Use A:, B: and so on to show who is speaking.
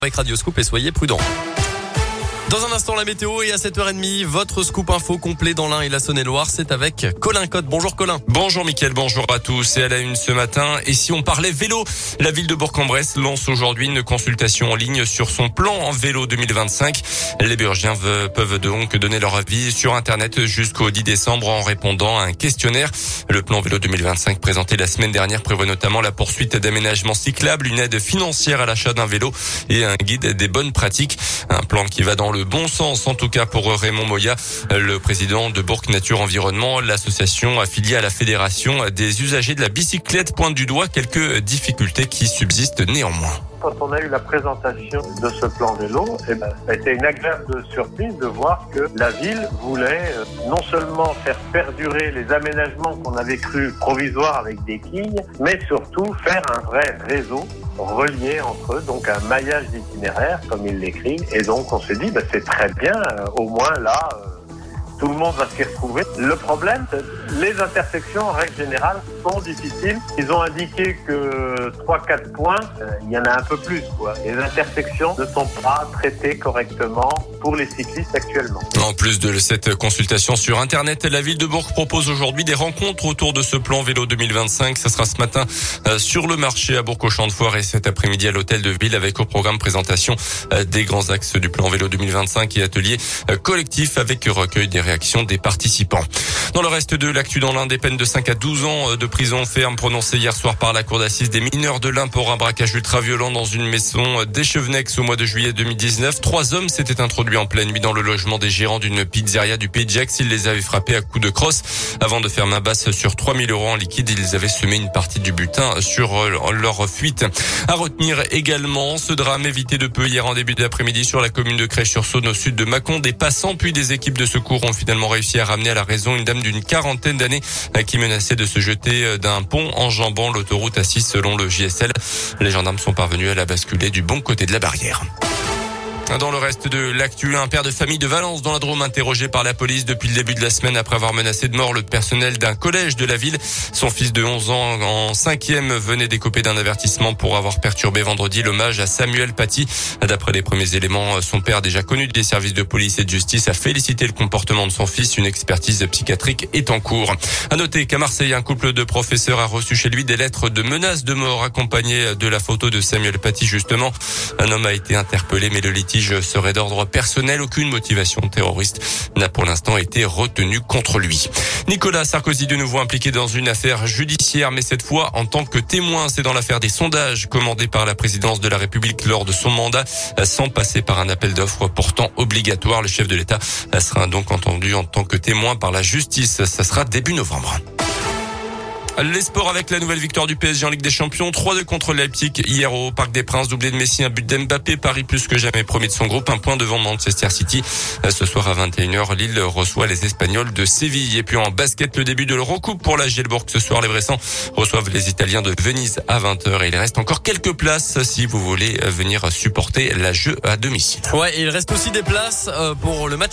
A: Avec Radio Scoop et soyez prudents. Dans un instant, la météo et à 7h30, votre scoop info complet dans l'Ain et la Saône-et-Loire, c'est avec Colin Cotte. Bonjour Colin.
B: Bonjour Mickaël, bonjour à tous. Et à la une ce matin, et si on parlait vélo, la ville de Bourg-en-Bresse lance aujourd'hui une consultation en ligne sur son plan en vélo 2025. Les Burgiens peuvent donc donner leur avis sur Internet jusqu'au 10 décembre en répondant à un questionnaire. Le plan vélo 2025 présenté la semaine dernière prévoit notamment la poursuite d'aménagements cyclables, une aide financière à l'achat d'un vélo et un guide des bonnes pratiques. Un plan qui va dans le bon sens, en tout cas pour Raymond Moya, le président de Bourg Nature Environnement. L'association affiliée à la Fédération des usagers de la bicyclette pointe du doigt quelques difficultés qui subsistent néanmoins.
C: Quand on a eu la présentation de ce plan vélo, ça a été une agréable surprise de voir que la ville voulait non seulement faire perdurer les aménagements qu'on avait cru provisoires avec des quilles, mais surtout faire un vrai réseau relié entre eux, donc un maillage d'itinéraire, comme il l'écrit. Et donc on s'est dit, c'est très bien, au moins là, tout le monde va s'y retrouver. Le problème, les intersections, en règle générale, sont difficiles. Ils ont indiqué que 3-4 points, il y en a un peu plus, quoi. Les intersections ne sont pas traitées correctement pour les cyclistes actuellement.
B: En plus de cette consultation sur Internet, la ville de Bourg propose aujourd'hui des rencontres autour de ce plan vélo 2025. Ça sera ce matin sur le marché à Bourg-au-Champ-de-Foire et cet après-midi à l'hôtel de ville avec au programme présentation des grands axes du plan vélo 2025 et atelier collectif avec recueil des réactions des participants. Dans le reste de l'actu dans l'Ain, des peines de 5 à 12 ans de prison ferme prononcées hier soir par la cour d'assises des mineurs de l'Ain pour un braquage ultra-violent dans une maison d'Echevenex au mois de juillet 2019. 3 hommes s'étaient introduits en pleine nuit dans le logement des gérants d'une pizzeria du Pays de Gex. Ils les avaient frappés à coups de crosse. Avant de faire main basse sur 3 000 € en liquide, ils avaient semé une partie du butin sur leur fuite. À retenir également ce drame évité de peu hier en début d'après-midi sur la commune de Crèche-sur-Saône au sud de Mâcon. Des passants puis des équipes de secours ont finalement réussi à ramener à la raison une dame d'une quarantaine d'années qui menaçait de se jeter d'un pont enjambant l'autoroute A6 selon le JSL. Les gendarmes sont parvenus à la basculer du bon côté de la barrière. Dans le reste de l'actu, un père de famille de Valence dans la Drôme interrogé par la police depuis le début de la semaine après avoir menacé de mort le personnel d'un collège de la ville. Son fils de 11 ans en 5e venait d'écoper d'un avertissement pour avoir perturbé vendredi l'hommage à Samuel Paty. D'après les premiers éléments, son père, déjà connu des services de police et de justice, a félicité le comportement de son fils. Une expertise psychiatrique est en cours. À noter qu'à Marseille, un couple de professeurs a reçu chez lui des lettres de menaces de mort accompagnées de la photo de Samuel Paty justement. Un homme a été interpellé mais le litige serait d'ordre personnel. Aucune motivation terroriste n'a pour l'instant été retenue contre lui. Nicolas Sarkozy de nouveau impliqué dans une affaire judiciaire, mais cette fois en tant que témoin. C'est dans l'affaire des sondages commandés par la présidence de la République lors de son mandat, sans passer par un appel d'offres pourtant obligatoire. Le chef de l'État sera donc entendu en tant que témoin par la justice. Ça sera début novembre. Les sports avec la nouvelle victoire du PSG en Ligue des Champions. 3-2 contre Leipzig hier au Parc des Princes. Doublé de Messi, un but d'Mbappé. Paris plus que jamais premier de son groupe. Un point devant Manchester City. Ce soir à 21h, Lille reçoit les Espagnols de Séville. Et puis en basket, le début de l'Eurocoupe pour la Gielbourg. Ce soir, les Bressans reçoivent les Italiens de Venise à 20h. Et il reste encore quelques places si vous voulez venir supporter la Jeu à domicile.
A: Ouais, et il reste aussi des places pour le match